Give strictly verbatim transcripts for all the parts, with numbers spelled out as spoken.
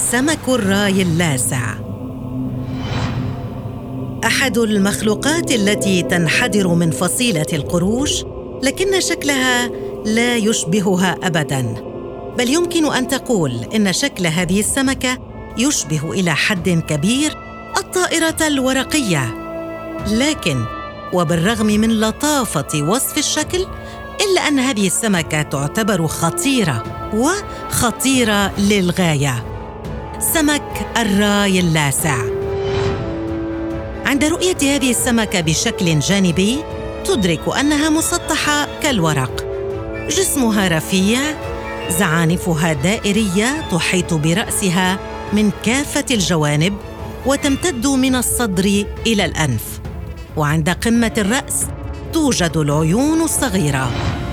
سمك الراي اللاسع. أحد المخلوقات التي تنحدر من فصيلة القروش، لكن شكلها لا يشبهها أبداً، بل يمكن أن تقول إن شكل هذه السمكة يشبه إلى حد كبير الطائرة الورقية. لكن وبالرغم من لطافة وصف الشكل، إلا أن هذه السمكة تعتبر خطيرة وخطيرة للغاية. سمك الراي اللاسع. عند رؤية هذه السمكة بشكل جانبي تدرك أنها مسطحة كالورق، جسمها رفيع، زعانفها دائرية تحيط برأسها من كافة الجوانب وتمتد من الصدر إلى الأنف، وعند قمة الرأس توجد العيون الصغيرة.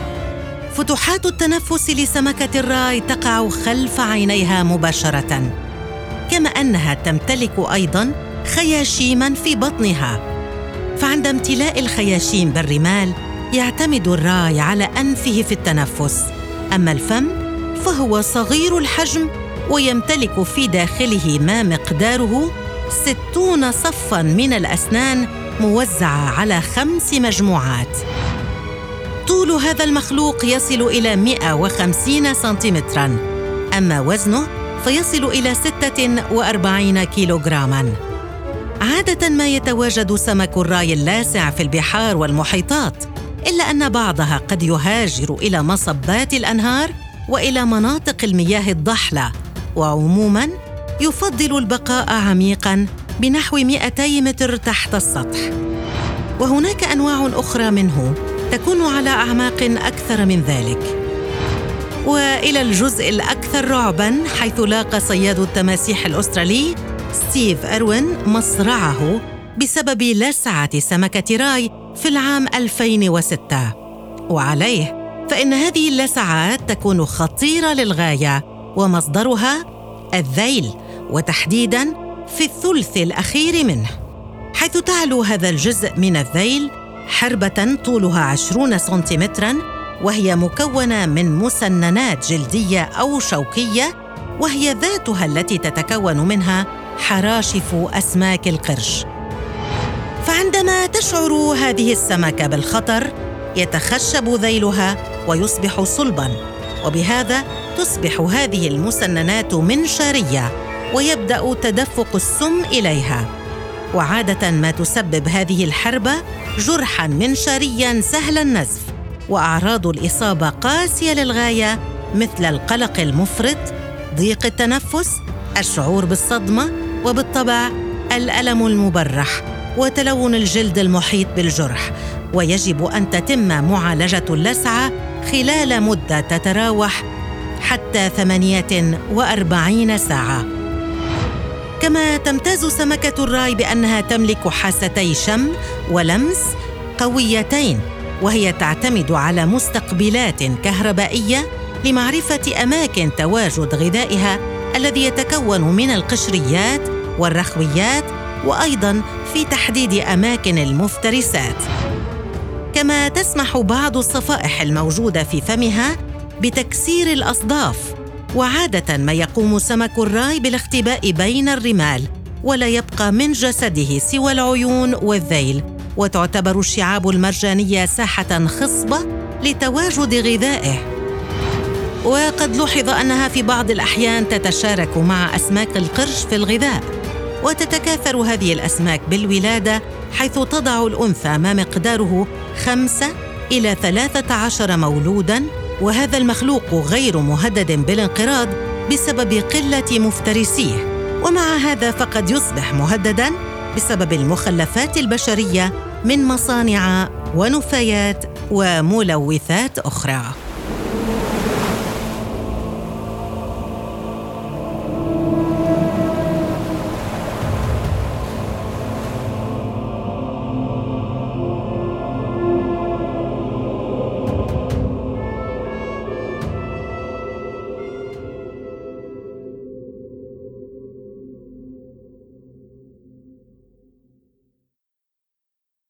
فتحات التنفس لسمكة الراي تقع خلف عينيها مباشرة، كما أنها تمتلك أيضاً خياشيماً في بطنها، فعند امتلاء الخياشيم بالرمال يعتمد الراي على أنفه في التنفس، أما الفم فهو صغير الحجم ويمتلك في داخله ما مقداره ستون صفاً من الأسنان موزعة على خمس مجموعات. طول هذا المخلوق يصل إلى مئة وخمسين سنتيمتراً، أما وزنه فيصل إلى ستة وأربعين كيلوغراماً. عادة ما يتواجد سمك الراي اللاسع في البحار والمحيطات، إلا أن بعضها قد يهاجر إلى مصبات الأنهار وإلى مناطق المياه الضحلة، وعموماً يفضل البقاء عميقاً بنحو مئتي متر تحت السطح. وهناك أنواع أخرى منه تكون على أعماق أكثر من ذلك. وإلى الجزء الأكثر رعباً، حيث لاقى صياد التماسيح الأسترالي ستيف إروين مصرعه بسبب لسعة سمكة راي في العام ألفين وستة. وعليه فإن هذه اللسعات تكون خطيرة للغاية، ومصدرها الذيل، وتحديداً في الثلث الأخير منه، حيث تعلو هذا الجزء من الذيل حربة طولها عشرون سنتيمتراً، وهي مكونة من مسننات جلدية أو شوكية، وهي ذاتها التي تتكون منها حراشف أسماك القرش. فعندما تشعر هذه السمكة بالخطر يتخشب ذيلها ويصبح صلباً، وبهذا تصبح هذه المسننات منشارية ويبدأ تدفق السم إليها. وعادة ما تسبب هذه الحربة جرحاً منشارياً سهل النزف، وأعراض الإصابة قاسية للغاية، مثل القلق المفرط، ضيق التنفس، الشعور بالصدمة، وبالطبع الألم المبرح وتلون الجلد المحيط بالجرح. ويجب أن تتم معالجة اللسعة خلال مدة تتراوح حتى ثمانية وأربعين ساعة. كما تمتاز سمكة الراي بأنها تملك حاستي شم ولمس قويتين، وهي تعتمد على مستقبلات كهربائية لمعرفة أماكن تواجد غذائها الذي يتكون من القشريات والرخويات، وأيضاً في تحديد أماكن المفترسات. كما تسمح بعض الصفائح الموجودة في فمها بتكسير الأصداف. وعادة ما يقوم سمك الراي بالاختباء بين الرمال، ولا يبقى من جسده سوى العيون والذيل، وتعتبر الشعاب المرجانية ساحة خصبة لتواجد غذائه. وقد لوحظ أنها في بعض الأحيان تتشارك مع أسماك القرش في الغذاء، وتتكاثر هذه الأسماك بالولادة، حيث تضع الأنثى ما مقداره خمسة إلى ثلاثة عشر مولوداً، وهذا المخلوق غير مهدد بالانقراض بسبب قلة مفترسيه. ومع هذا فقد يصبح مهدداً بسبب المخلفات البشرية من مصانع ونفايات وملوثات أخرى.